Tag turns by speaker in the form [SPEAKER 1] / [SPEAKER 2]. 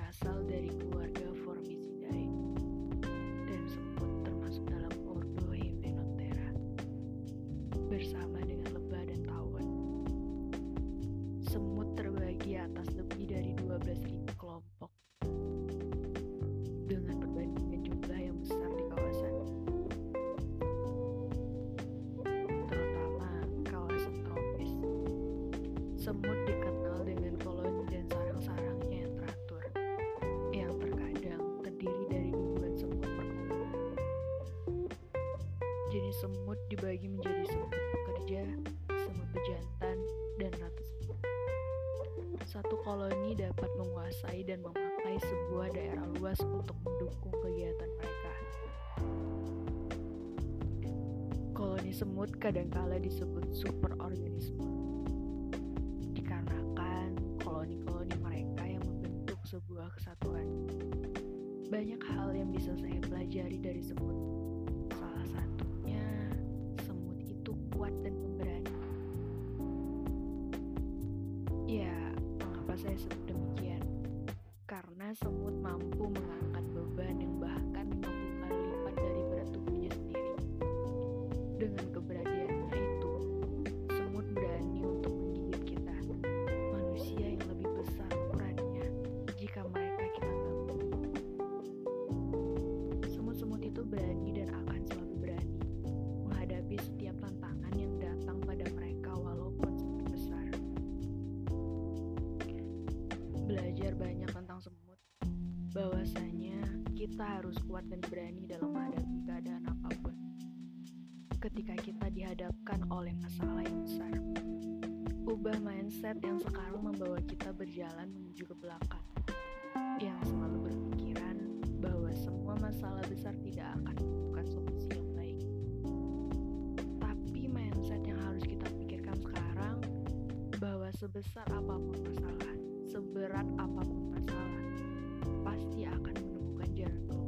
[SPEAKER 1] berasal dari keluarga Formicidae, dan semut termasuk dalam ordo Hymenoptera, bersama dengan lebah dan tawon. Semut terbagi atas lebih dari 12.000 kelompok, dengan perbandingan jumlah yang besar di kawasan, terutama kawasan tropis. Semut dikenal dengan koloni dan sarang-sarangnya yang teratur, yang terkadang terdiri dari ribuan semut perkumpulan. Jenis semut dibagi menjadi semut pekerja, semut bejantan, dan ratu semut. Satu koloni dapat menguasai dan memakai sebuah daerah luas untuk mendukung kegiatan mereka. Koloni semut kadangkala disebut superorganisme, dikarenakan koloni-koloni mereka yang membentuk sebuah kesatuan. Banyak hal yang bisa saya pelajari dari semut. Salah satunya, semut itu kuat dan pemberani. Ya, mengapa saya sebut demikian? Karena semut mampu mengangkat beban yang bahkan 50 kali lipat dari berat tubuhnya sendiri. Dengan keberaniannya itu, semut berani untuk menggigit kita, manusia yang lebih besar ukurannya, jika mereka kita ganggu. Semut-semut itu berani dan akan selalu berani menghadapi setiap tantangan yang datang pada mereka walaupun sangat besar. Belajar banyak tentang semut, bahwasanya kita harus kuat dan berani dalam menghadapi keadaan apapun. Ketika kita dihadapkan oleh masalah yang besar, ubah mindset yang sekarang membawa kita berjalan menuju ke belakang, yang selalu berpikiran bahwa semua masalah besar tidak akan menemukan solusi yang baik. Tapi mindset yang harus kita pikirkan sekarang, bahwa sebesar apapun masalah, seberat apapun masalah, pasti akan menemukan jalan keluar.